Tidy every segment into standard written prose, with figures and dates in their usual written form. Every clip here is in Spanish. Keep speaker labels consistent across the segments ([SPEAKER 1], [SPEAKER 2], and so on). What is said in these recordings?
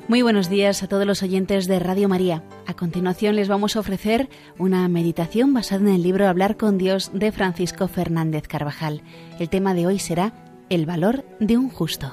[SPEAKER 1] Muy buenos días a todos los oyentes de Radio María. A continuación les vamos a ofrecer una meditación basada en el libro Hablar con Dios de Francisco Fernández Carvajal. El tema de hoy será el valor de un justo.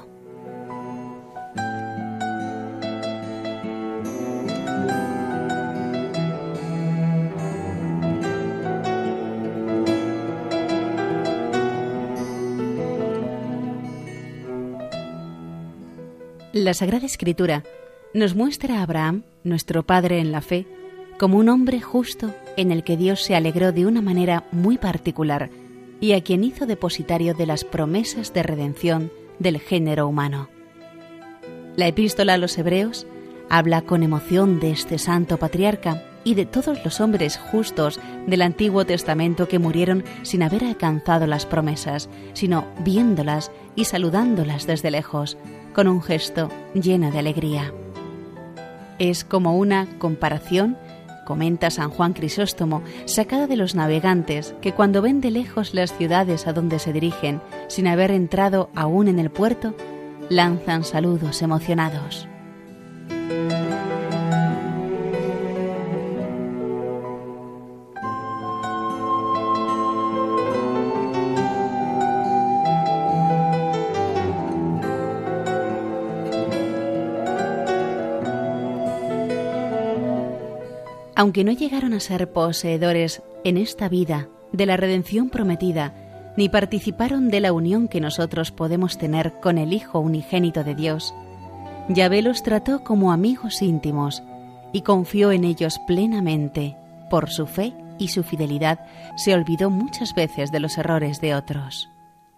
[SPEAKER 1] La Sagrada Escritura nos muestra a Abraham, nuestro padre en la fe, como un hombre justo en el que Dios se alegró de una manera muy particular y a quien hizo depositario de las promesas de redención del género humano. La Epístola a los Hebreos habla con emoción de este santo patriarca y de todos los hombres justos del Antiguo Testamento que murieron sin haber alcanzado las promesas, sino viéndolas y saludándolas desde lejos, con un gesto lleno de alegría. Es como una comparación, comenta San Juan Crisóstomo, sacada de los navegantes que cuando ven de lejos las ciudades a donde se dirigen, sin haber entrado aún en el puerto, lanzan saludos emocionados. Aunque no llegaron a ser poseedores en esta vida de la redención prometida, ni participaron de la unión que nosotros podemos tener con el Hijo unigénito de Dios, Yahvé los trató como amigos íntimos y confió en ellos plenamente. Por su fe y su fidelidad se olvidó muchas veces de los errores de otros.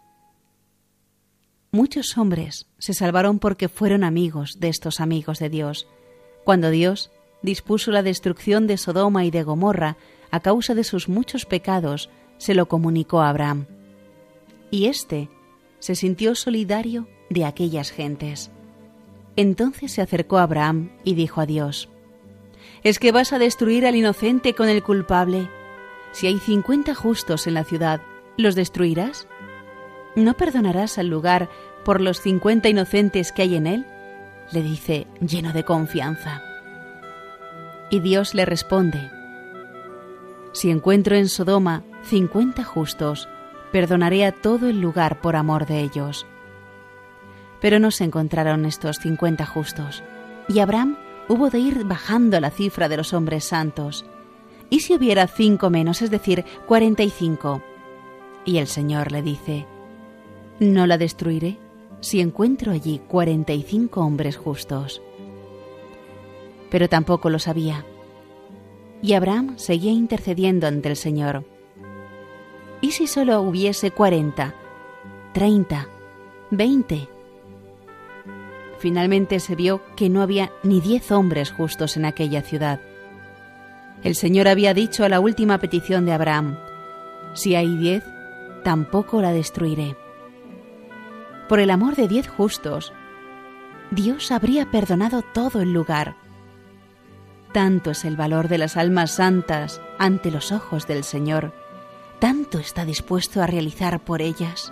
[SPEAKER 1] Muchos hombres se salvaron porque fueron amigos de estos amigos de Dios, cuando Dios dispuso la destrucción de Sodoma y de Gomorra a causa de sus muchos pecados, se lo comunicó a Abraham. Y éste se sintió solidario de aquellas gentes. Entonces se acercó a Abraham y dijo a Dios: ¿Es que vas a destruir al inocente con el culpable? Si hay 50 justos en la ciudad, ¿los destruirás? ¿No perdonarás al lugar por los 50 inocentes que hay en él?, le dice lleno de confianza. Y Dios le responde: si encuentro en Sodoma 50 justos, perdonaré a todo el lugar por amor de ellos. Pero no se encontraron estos 50 justos, y Abraham hubo de ir bajando la cifra de los hombres santos. ¿Y si hubiera 5 menos, es decir, 45? Y el Señor le dice: no la destruiré si encuentro allí 45 hombres justos. Pero tampoco lo sabía. Y Abraham seguía intercediendo ante el Señor. ¿Y si solo hubiese 40, 30, 20? Finalmente se vio que no había ni 10 hombres justos en aquella ciudad. El Señor había dicho a la última petición de Abraham: si hay 10, tampoco la destruiré. Por el amor de 10 justos, Dios habría perdonado todo el lugar. Tanto es el valor de las almas santas ante los ojos del Señor, tanto está dispuesto a realizar por ellas.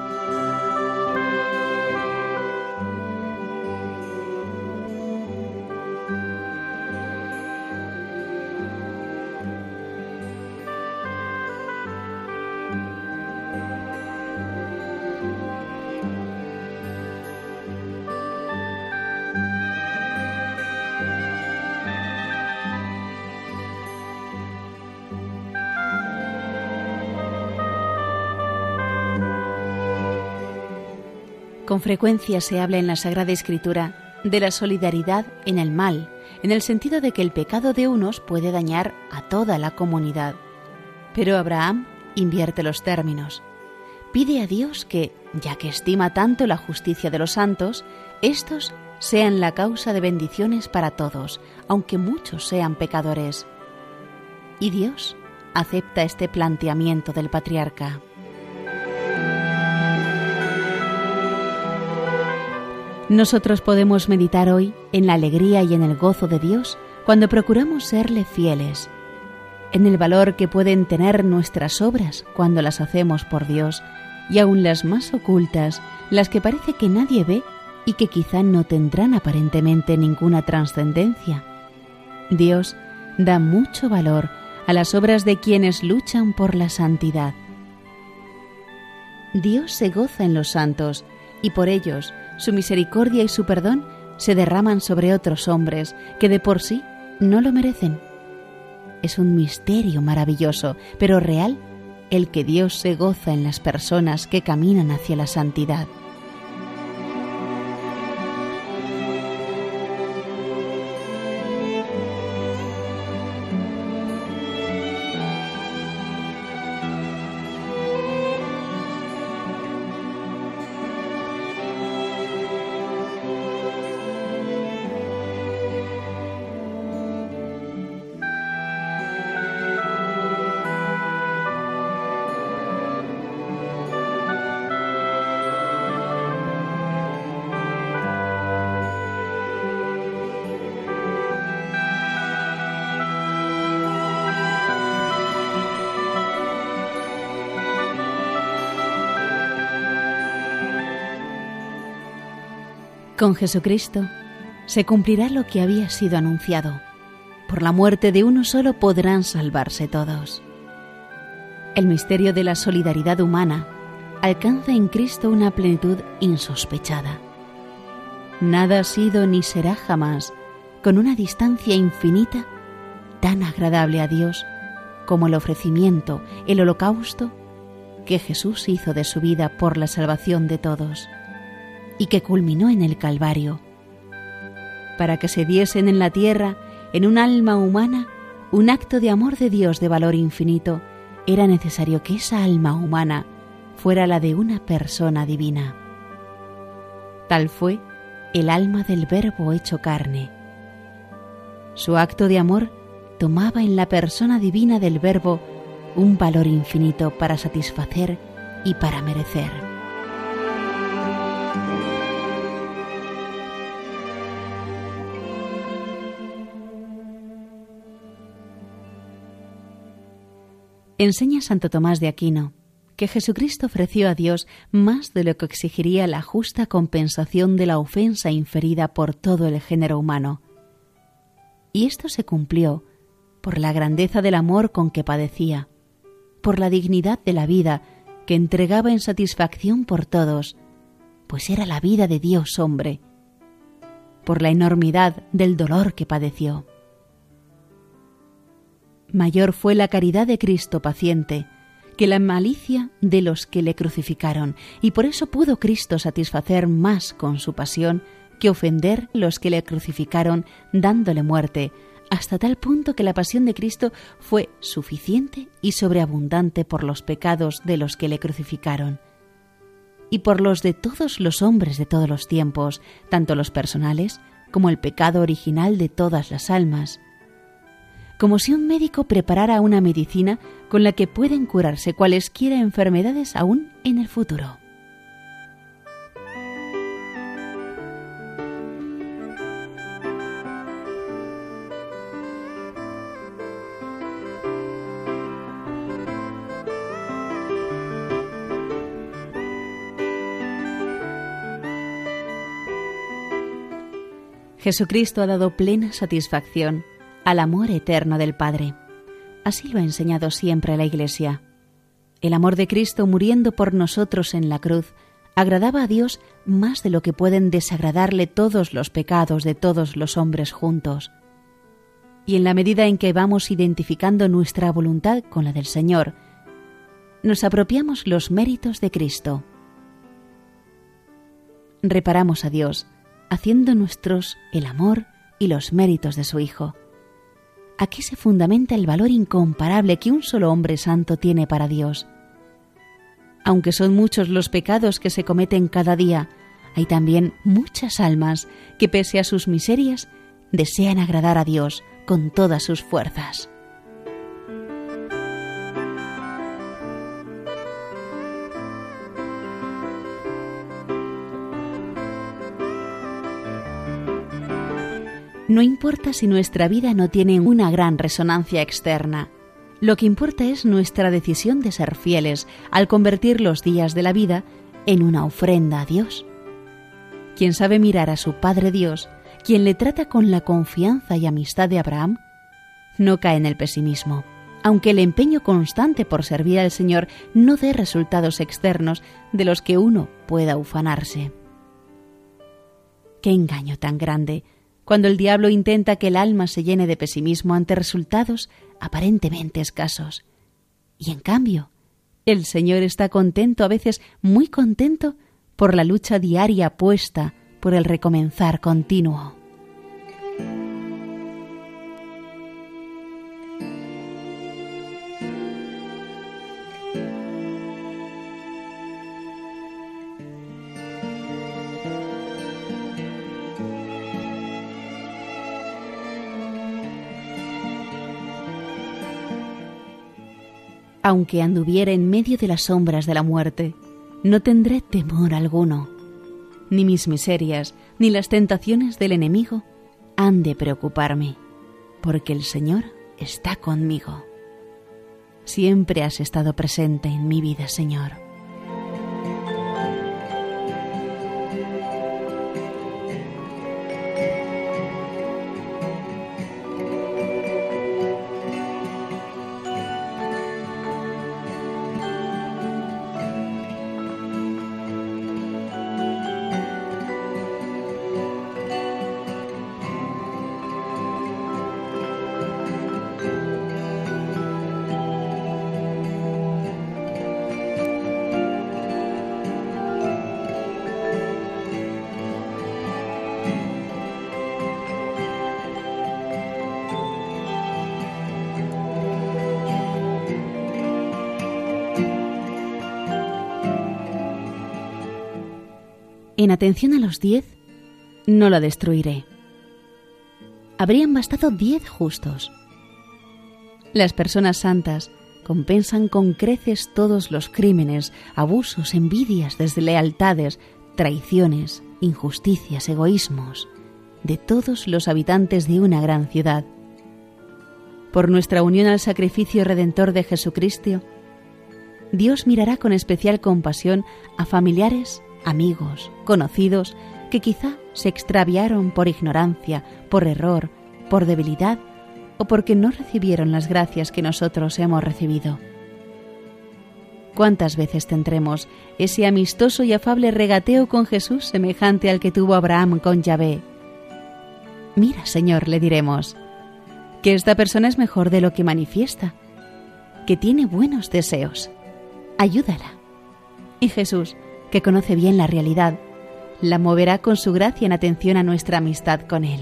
[SPEAKER 1] Con frecuencia se habla en la Sagrada Escritura de la solidaridad en el mal, en el sentido de que el pecado de unos puede dañar a toda la comunidad. Pero Abraham invierte los términos. Pide a Dios que, ya que estima tanto la justicia de los santos, éstos sean la causa de bendiciones para todos, aunque muchos sean pecadores. Y Dios acepta este planteamiento del patriarca. Nosotros podemos meditar hoy en la alegría y en el gozo de Dios cuando procuramos serle fieles, en el valor que pueden tener nuestras obras cuando las hacemos por Dios, y aun las más ocultas, las que parece que nadie ve, y que quizá no tendrán aparentemente ninguna trascendencia. Dios da mucho valor a las obras de quienes luchan por la santidad. Dios se goza en los santos, y por ellos su misericordia y su perdón se derraman sobre otros hombres que de por sí no lo merecen. Es un misterio maravilloso, pero real, el que Dios se goza en las personas que caminan hacia la santidad. Con Jesucristo se cumplirá lo que había sido anunciado. Por la muerte de uno solo podrán salvarse todos. El misterio de la solidaridad humana alcanza en Cristo una plenitud insospechada. Nada ha sido ni será jamás, con una distancia infinita, tan agradable a Dios como el ofrecimiento, el holocausto que Jesús hizo de su vida por la salvación de todos, y que culminó en el Calvario. Para que se diesen en la tierra, en un alma humana, un acto de amor de Dios de valor infinito, era necesario que esa alma humana fuera la de una persona divina. Tal fue el alma del Verbo hecho carne. Su acto de amor tomaba en la persona divina del Verbo un valor infinito para satisfacer y para merecer. Enseña Santo Tomás de Aquino que Jesucristo ofreció a Dios más de lo que exigiría la justa compensación de la ofensa inferida por todo el género humano. Y esto se cumplió por la grandeza del amor con que padecía, por la dignidad de la vida que entregaba en satisfacción por todos, pues era la vida de Dios hombre, por la enormidad del dolor que padeció. Mayor fue la caridad de Cristo paciente que la malicia de los que le crucificaron, y por eso pudo Cristo satisfacer más con su pasión que ofender los que le crucificaron dándole muerte, hasta tal punto que la pasión de Cristo fue suficiente y sobreabundante por los pecados de los que le crucificaron, y por los de todos los hombres de todos los tiempos, tanto los personales como el pecado original de todas las almas, como si un médico preparara una medicina con la que pueden curarse cualesquiera enfermedades aún en el futuro. Jesucristo ha dado plena satisfacción al amor eterno del Padre. Así lo ha enseñado siempre la Iglesia. El amor de Cristo muriendo por nosotros en la cruz agradaba a Dios más de lo que pueden desagradarle todos los pecados de todos los hombres juntos. Y en la medida en que vamos identificando nuestra voluntad con la del Señor, nos apropiamos los méritos de Cristo. Reparamos a Dios, haciendo nuestros el amor y los méritos de su Hijo. Aquí se fundamenta el valor incomparable que un solo hombre santo tiene para Dios. Aunque son muchos los pecados que se cometen cada día, hay también muchas almas que, pese a sus miserias, desean agradar a Dios con todas sus fuerzas. No importa si nuestra vida no tiene una gran resonancia externa. Lo que importa es nuestra decisión de ser fieles al convertir los días de la vida en una ofrenda a Dios. quien sabe mirar a su Padre Dios, quien le trata con la confianza y amistad de Abraham, no cae en el pesimismo, aunque el empeño constante por servir al Señor no dé resultados externos de los que uno pueda ufanarse. ¡Qué engaño tan grande! Cuando el diablo intenta que el alma se llene de pesimismo ante resultados aparentemente escasos. Y en cambio, el Señor está contento, a veces muy contento, por la lucha diaria puesta por el recomenzar continuo. Aunque anduviere en medio de las sombras de la muerte, no tendré temor alguno. Ni mis miserias, ni las tentaciones del enemigo han de preocuparme, porque el Señor está conmigo. Siempre has estado presente en mi vida, Señor. En atención a los 10, no la destruiré. Habrían bastado 10 justos. Las personas santas compensan con creces todos los crímenes, abusos, envidias, deslealtades, traiciones, injusticias, egoísmos de todos los habitantes de una gran ciudad. Por nuestra unión al sacrificio redentor de Jesucristo, Dios mirará con especial compasión a familiares, amigos, conocidos, que quizá se extraviaron por ignorancia, por error, por debilidad o porque no recibieron las gracias que nosotros hemos recibido. ¿Cuántas veces tendremos ese amistoso y afable regateo con Jesús semejante al que tuvo Abraham con Yahvé? Mira, Señor, le diremos, que esta persona es mejor de lo que manifiesta, que tiene buenos deseos. Ayúdala. Y Jesús, que conoce bien la realidad, la moverá con su gracia en atención a nuestra amistad con Él.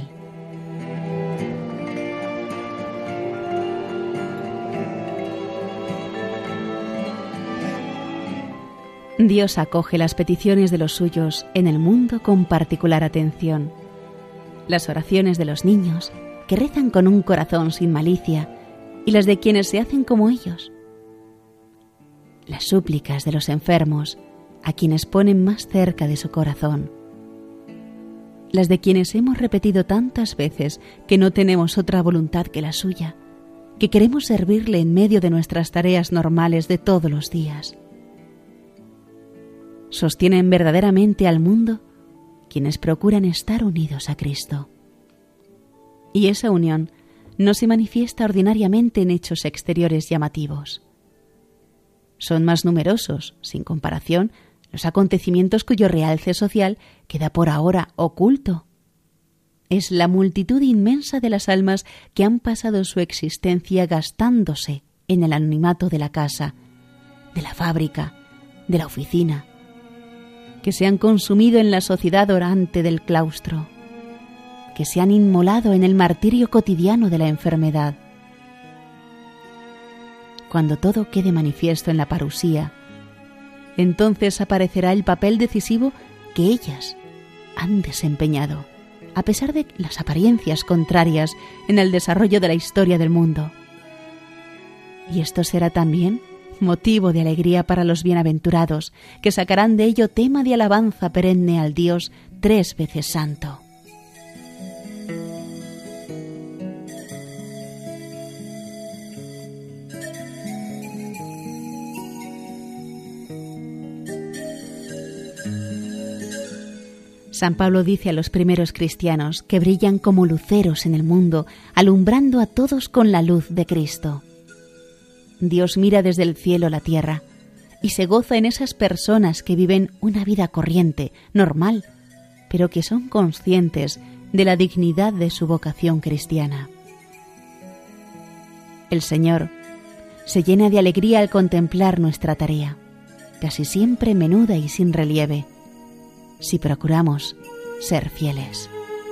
[SPEAKER 1] Dios acoge las peticiones de los suyos en el mundo con particular atención. Las oraciones de los niños, que rezan con un corazón sin malicia, y las de quienes se hacen como ellos. Las súplicas de los enfermos, a quienes ponen más cerca de su corazón. Las de quienes hemos repetido tantas veces que no tenemos otra voluntad que la suya, que queremos servirle en medio de nuestras tareas normales de todos los días. Sostienen verdaderamente al mundo quienes procuran estar unidos a Cristo. Y esa unión no se manifiesta ordinariamente en hechos exteriores llamativos. Son más numerosos, sin comparación, los acontecimientos cuyo realce social queda por ahora oculto. Es la multitud inmensa de las almas que han pasado su existencia gastándose en el anonimato de la casa, de la fábrica, de la oficina, que se han consumido en la sociedad orante del claustro, que se han inmolado en el martirio cotidiano de la enfermedad. Cuando todo quede manifiesto en la parusía, entonces aparecerá el papel decisivo que ellas han desempeñado, a pesar de las apariencias contrarias en el desarrollo de la historia del mundo. Y esto será también motivo de alegría para los bienaventurados, que sacarán de ello tema de alabanza perenne al Dios 3 veces santo. San Pablo dice a los primeros cristianos que brillan como luceros en el mundo, alumbrando a todos con la luz de Cristo. Dios mira desde el cielo la tierra y se goza en esas personas que viven una vida corriente, normal, pero que son conscientes de la dignidad de su vocación cristiana. El Señor se llena de alegría al contemplar nuestra tarea, casi siempre menuda y sin relieve, si procuramos ser fieles.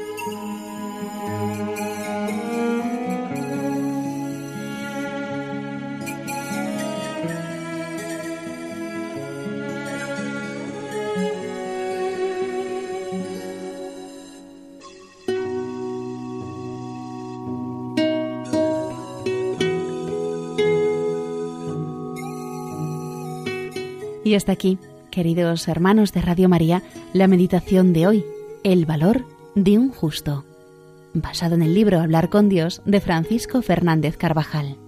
[SPEAKER 1] Y hasta aquí, queridos hermanos de Radio María, la meditación de hoy, el valor de un justo, basado en el libro Hablar con Dios de Francisco Fernández Carvajal.